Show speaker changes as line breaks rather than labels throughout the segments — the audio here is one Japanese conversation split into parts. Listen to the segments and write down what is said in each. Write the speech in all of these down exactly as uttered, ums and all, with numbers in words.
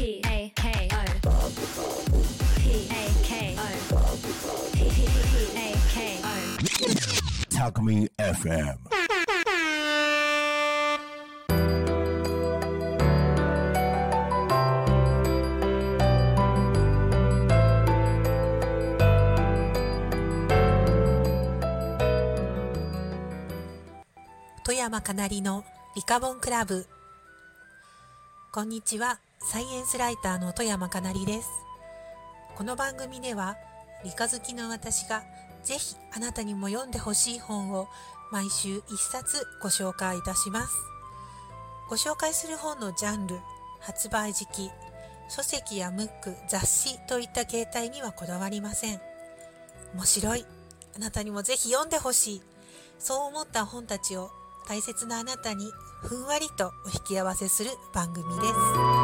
P A K O P A K O P A K O
Takumi エフエム。
富山かなりのリカボンクラブ。こんにちは、サイエンスライターの富山かなりです。この番組では理科好きの私がぜひあなたにも読んでほしい本を毎週一冊ご紹介いたします。ご紹介する本のジャンル、発売時期、書籍やムック、雑誌といった形態にはこだわりません。面白い、あなたにもぜひ読んでほしい、そう思った本たちを大切なあなたにふんわりとお引き合わせする番組です。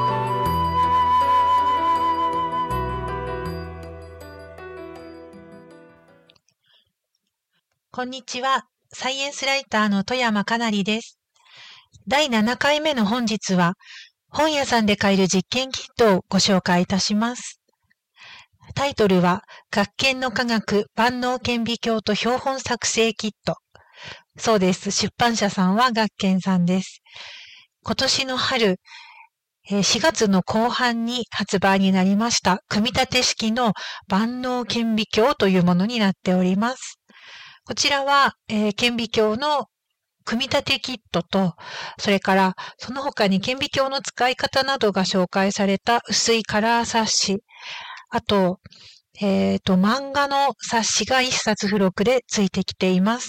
こんにちは、サイエンスライターの富山かなりです。だいななかいめの本日は、本屋さんで買える実験キットをご紹介いたします。タイトルは、学研の科学万能顕微鏡と標本作成キット。そうです。出版社さんは学研さんです。今年の春、しがつの後半に発売になりました、組み立て式の万能顕微鏡というものになっております。こちらは、えー、顕微鏡の組み立てキットと、それからその他に顕微鏡の使い方などが紹介された薄いカラー冊子、あと、えーと、漫画の冊子が一冊付録でついてきています。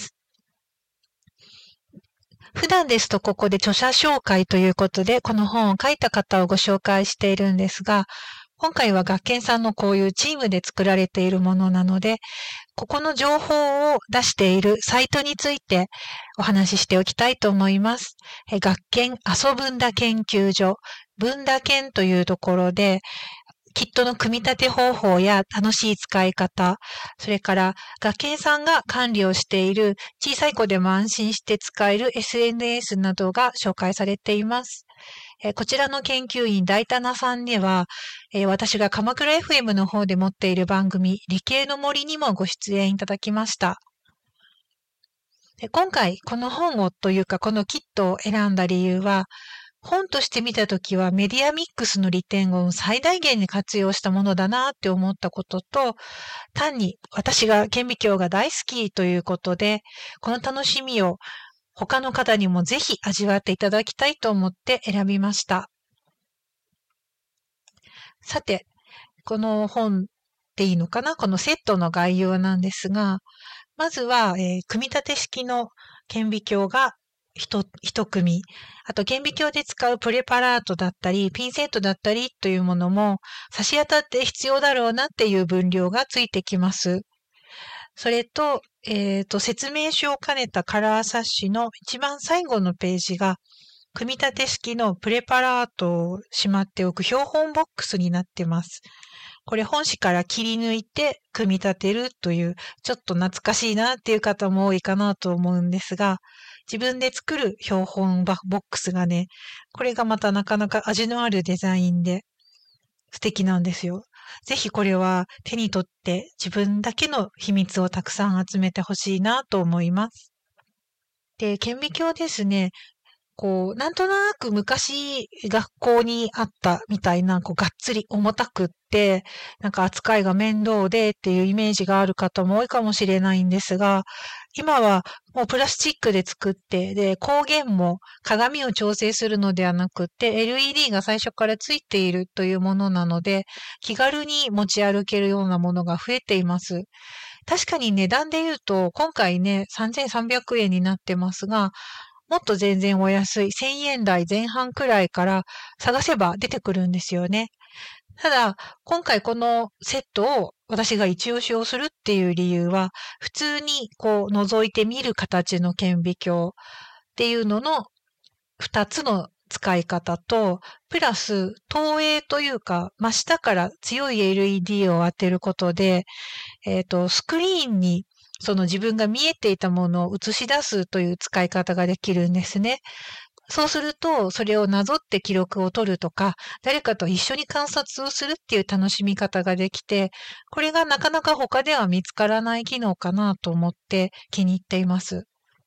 普段ですとここで著者紹介ということで、この本を書いた方をご紹介しているんですが、今回は学研さんのこういうチームで作られているものなので、ここの情報を出しているサイトについてお話ししておきたいと思います。学研遊ぶんだ研究所、文だ研というところで、キットの組み立て方法や楽しい使い方、それから学研さんが管理をしている小さい子でも安心して使える エスエヌエス などが紹介されています。こちらの研究員大棚さんでは、私が鎌倉 エフエム の方で持っている番組理系の森にもご出演いただきました。今回この本をというかこのキットを選んだ理由は、本として見たときはメディアミックスの利点を最大限に活用したものだなって思ったことと、単に私が顕微鏡が大好きということで、この楽しみを他の方にもぜひ味わっていただきたいと思って選びました。さて、この本でいいのかな、このセットの概要なんですが、まずは、えー、組み立て式の顕微鏡が一, 一組、あと顕微鏡で使うプレパラートだったり、ピンセットだったりというものも差し当たって必要だろうなっていう分量がついてきます。それと、えーと、説明書を兼ねたカラー冊子の一番最後のページが、組み立て式のプレパラートをしまっておく標本ボックスになってます。これ本紙から切り抜いて組み立てるという、ちょっと懐かしいなっていう方も多いかなと思うんですが、自分で作る標本ボックスがね、これがまたなかなか味のあるデザインで素敵なんですよ。ぜひこれは手に取って自分だけの秘密をたくさん集めてほしいなと思います。で、顕微鏡ですね。こう、なんとなく昔学校にあったみたいな、こう、がっつり重たくって、なんか扱いが面倒でっていうイメージがある方も多いかもしれないんですが、今はもうプラスチックで作って、で、光源も鏡を調整するのではなくって、エルイーディー が最初からついているというものなので、気軽に持ち歩けるようなものが増えています。確かに値段で言うと、今回ね、さんぜんさんびゃくえんになってますが、もっと全然お安いせんえん台前半くらいから探せば出てくるんですよね。ただ、今回このセットを私が一押しをするっていう理由は、普通にこう覗いてみる形の顕微鏡っていうののふたつの使い方と、プラス投影というか、真下から強い エルイーディー を当てることで、えっと、スクリーンにその自分が見えていたものを映し出すという使い方ができるんですね。 そうすると、それをなぞって記録を取るとか、誰かと一緒に観察をするっていう楽しみ方ができて、これがなかなか他では見つからない機能かなと思って気に入っています。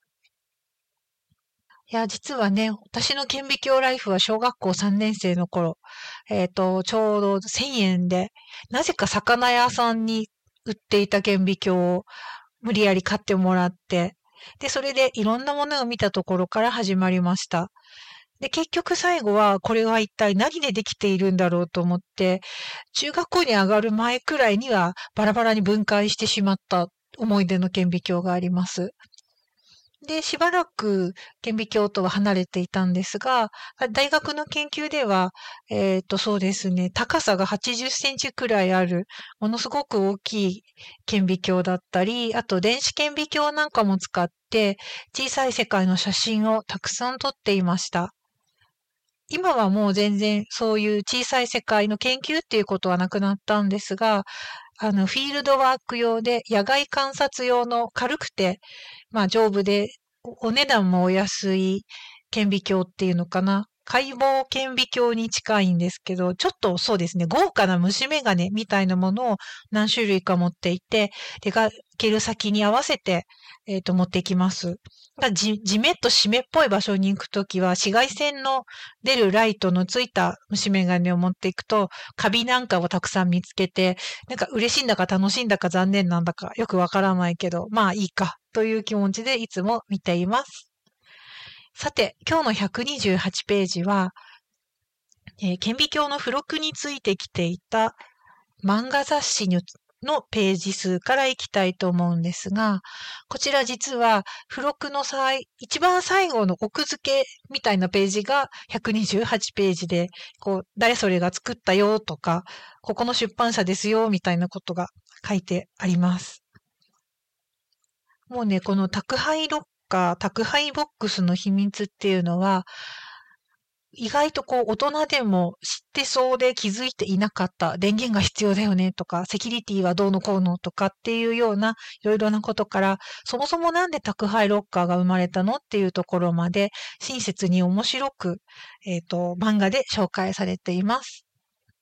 いや、実はね、私の顕微鏡ライフは小学校さんねん生の頃、えっと、ちょうどせんえんで、なぜか魚屋さんに売っていた顕微鏡を無理やり買ってもらって、で、それでいろんなものを見たところから始まりました。で、結局最後はこれは一体何でできているんだろうと思って、中学校に上がる前くらいにはバラバラに分解してしまった思い出の顕微鏡があります。で、しばらく顕微鏡とは離れていたんですが、大学の研究では、えっと、そうですね、高さがはちじゅっセンチくらいある、ものすごく大きい顕微鏡だったり、あと電子顕微鏡なんかも使って、小さい世界の写真をたくさん撮っていました。今はもう全然そういう小さい世界の研究っていうことはなくなったんですが、あの、フィールドワーク用で野外観察用の軽くて、まあ丈夫でおお値段もお安い顕微鏡っていうのかな。解剖顕微鏡に近いんですけど、ちょっとそうですね、豪華な虫眼鏡みたいなものを何種類か持っていて、出かける先に合わせて、えっと、持っていきます。がじ、じめっと湿っぽい場所に行くときは、紫外線の出るライトのついた虫眼鏡を持っていくと、カビなんかをたくさん見つけて、なんか嬉しいんだか楽しいんだか残念なんだかよくわからないけど、まあいいかという気持ちでいつも見ています。さて、今日のひゃくにじゅうはちページは、えー顕微鏡の付録についてきていた漫画雑誌にのページ数からいきたいと思うんですが、こちら実は付録の際、一番最後の奥付けみたいなページがひゃくにじゅうはちページで、こう、誰それが作ったよとか、ここの出版社ですよみたいなことが書いてあります。もうね、この宅配ロッカー、宅配ボックスの秘密っていうのは、意外とこう大人でも知ってそうで気づいていなかった電源が必要だよねとか、セキュリティはどうのこうのとかっていうようないろいろなことから、そもそもなんで宅配ロッカーが生まれたのっていうところまで親切に面白く、えっと、漫画で紹介されています。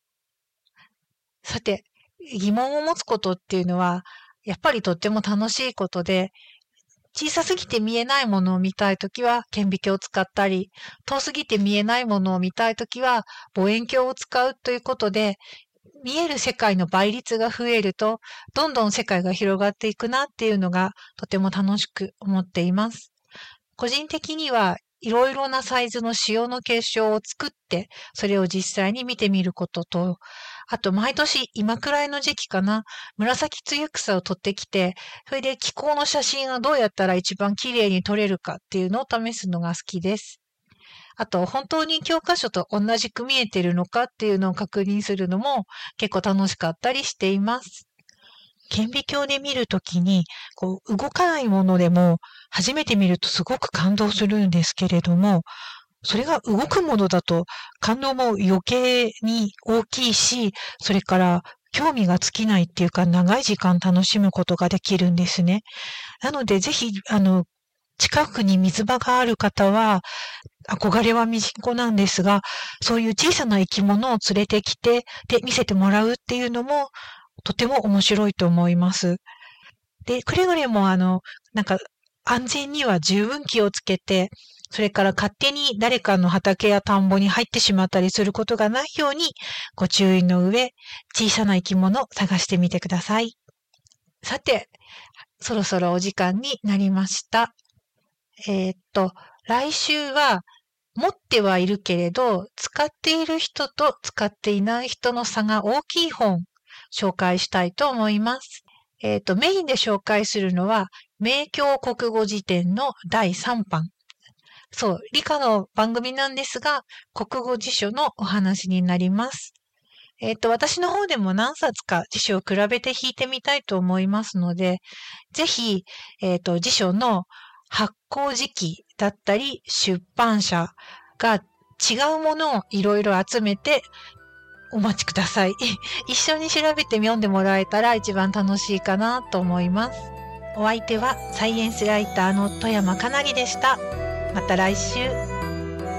さて、疑問を持つことっていうのは、やっぱりとっても楽しいことで、小さすぎて見えないものを見たいときは顕微鏡を使ったり、遠すぎて見えないものを見たいときは望遠鏡を使うということで、見える世界の倍率が増えると、どんどん世界が広がっていくなっていうのがとても楽しく思っています。個人的にはいろいろなサイズの塩の結晶を作って、それを実際に見てみることと、あと毎年今くらいの時期かな、紫露草を取ってきて、それで気候の写真はどうやったら一番綺麗に撮れるかっていうのを試すのが好きです。あと、本当に教科書と同じく見えてるのかっていうのを確認するのも結構楽しかったりしています。顕微鏡で見るときに、こう、動かないものでも、初めて見るとすごく感動するんですけれども、それが動くものだと感動も余計に大きいし、それから興味が尽きないっていうか、長い時間楽しむことができるんですね。なので、ぜひ、あの、近くに水場がある方は、憧れはミジンコなんですが、そういう小さな生き物を連れてきて、で、見せてもらうっていうのも、とても面白いと思います。で、くれぐれもあの、なんか、安全には十分気をつけて、それから勝手に誰かの畑や田んぼに入ってしまったりすることがないように、ご注意の上、小さな生き物を探してみてください。さて、そろそろお時間になりました。えーっと、来週は、持ってはいるけれど、使っている人と使っていない人の差が大きい本、紹介したいと思います。えっと、メインで紹介するのは、明教国語辞典のだいさんばん。そう、理科の番組なんですが、国語辞書のお話になります。えっと、私の方でも何冊か辞書を比べて引いてみたいと思いますので、ぜひ、えっと、辞書の発行時期だったり、出版社が違うものをいろいろ集めてお待ちください。一緒に調べて読んでもらえたら一番楽しいかなと思います。お相手はサイエンスライターの富山かなりでした。また来週。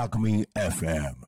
Alchemy エフエム